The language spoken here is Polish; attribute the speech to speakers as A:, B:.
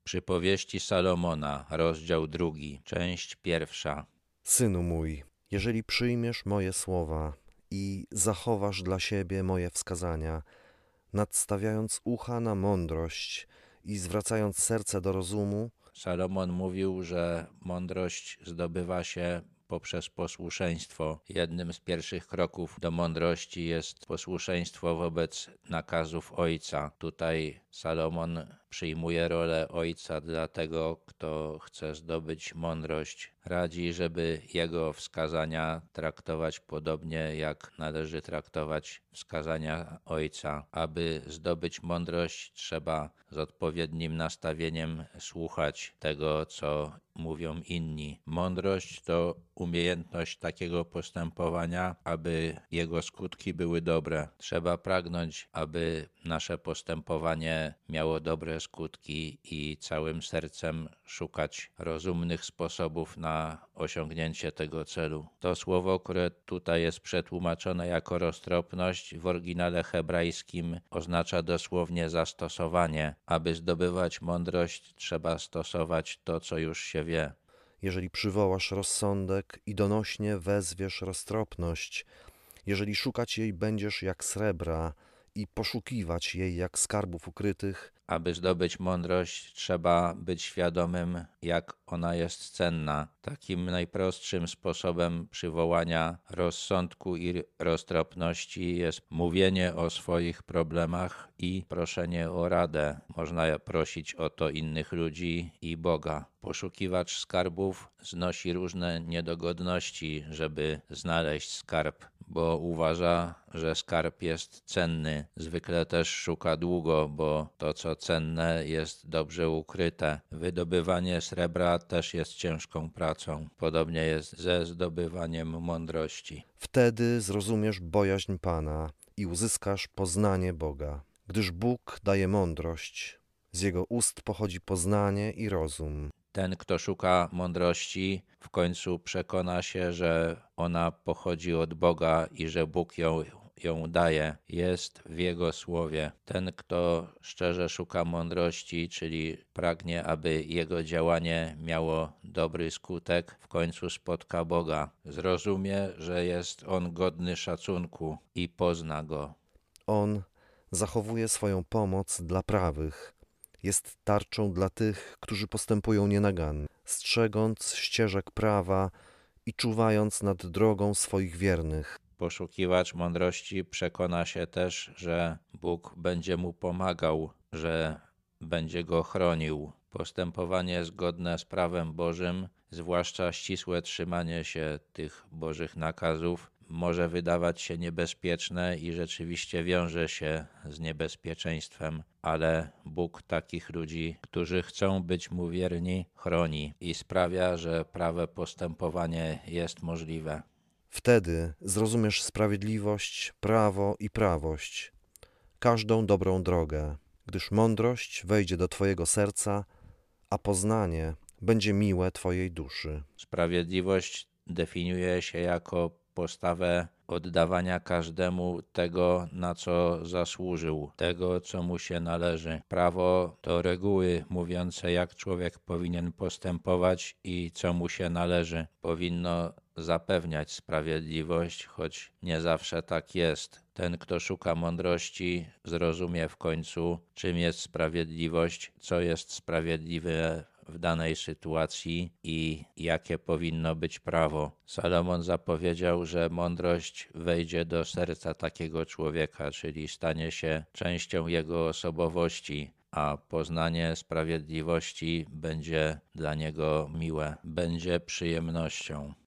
A: Przypowieści Salomona, rozdział 2, część 1.
B: Synu mój, jeżeli przyjmiesz moje słowa i zachowasz dla siebie moje wskazania, nadstawiając ucha na mądrość i zwracając serce do rozumu,
A: Salomon mówił, że mądrość zdobywa się poprzez posłuszeństwo. Jednym z pierwszych kroków do mądrości jest posłuszeństwo wobec nakazów ojca. Tutaj Salomon przyjmuje rolę ojca dla tego, kto chce zdobyć mądrość. Radzi, żeby jego wskazania traktować podobnie, jak należy traktować wskazania ojca. Aby zdobyć mądrość, trzeba z odpowiednim nastawieniem słuchać tego, co mówią inni. Mądrość to umiejętność takiego postępowania, aby jego skutki były dobre. Trzeba pragnąć, aby nasze postępowanie miało dobre skutki i całym sercem szukać rozumnych sposobów na osiągnięcie tego celu. To słowo, które tutaj jest przetłumaczone jako roztropność, w oryginale hebrajskim oznacza dosłownie zastosowanie. Aby zdobywać mądrość, trzeba stosować to, co już się wie.
B: jeżeli przywołasz rozsądek i donośnie wezwiesz roztropność, jeżeli szukać jej będziesz jak srebra i poszukiwać jej jak skarbów ukrytych,
A: Aby zdobyć mądrość, trzeba być świadomym, jak ona jest cenna. Takim najprostszym sposobem przywołania rozsądku i roztropności jest mówienie o swoich problemach i proszenie o radę. Można prosić o to innych ludzi i Boga. Poszukiwacz skarbów znosi różne niedogodności, żeby znaleźć skarb, bo uważa, że skarb jest cenny. Zwykle też szuka długo, bo to, co cenne, jest dobrze ukryte. Wydobywanie srebra też jest ciężką pracą. Podobnie jest ze zdobywaniem mądrości.
B: wtedy zrozumiesz bojaźń Pana i uzyskasz poznanie Boga. Gdyż Bóg daje mądrość, z Jego ust pochodzi poznanie i rozum.
A: Ten, kto szuka mądrości, w końcu przekona się, że ona pochodzi od Boga i że Bóg ją daje, jest w Jego słowie. Ten, kto szczerze szuka mądrości, czyli pragnie, aby jego działanie miało dobry skutek, w końcu spotka Boga. Zrozumie, że jest On godny szacunku i pozna Go.
B: On zachowuje swoją pomoc dla prawych, jest tarczą dla tych, którzy postępują nienagannie, strzegąc ścieżek prawa i czuwając nad drogą swoich wiernych.
A: Poszukiwacz mądrości przekona się też, że Bóg będzie mu pomagał, że będzie go chronił. Postępowanie zgodne z prawem Bożym, zwłaszcza ścisłe trzymanie się tych Bożych nakazów, może wydawać się niebezpieczne i rzeczywiście wiąże się z niebezpieczeństwem, ale Bóg takich ludzi, którzy chcą być Mu wierni, chroni i sprawia, że prawe postępowanie jest możliwe.
B: Wtedy zrozumiesz sprawiedliwość, prawo i prawość, każdą dobrą drogę, gdyż mądrość wejdzie do twojego serca, a poznanie będzie miłe twojej duszy.
A: Sprawiedliwość definiuje się jako postawę oddawania każdemu tego, na co zasłużył, tego, co mu się należy. Prawo to reguły mówiące, jak człowiek powinien postępować i co mu się należy. Powinno zapewniać sprawiedliwość, choć nie zawsze tak jest. Ten, kto szuka mądrości, zrozumie w końcu, czym jest sprawiedliwość, co jest sprawiedliwe w danej sytuacji i jakie powinno być prawo. Salomon zapowiedział, że mądrość wejdzie do serca takiego człowieka, czyli stanie się częścią jego osobowości, a poznanie sprawiedliwości będzie dla niego miłe, będzie przyjemnością.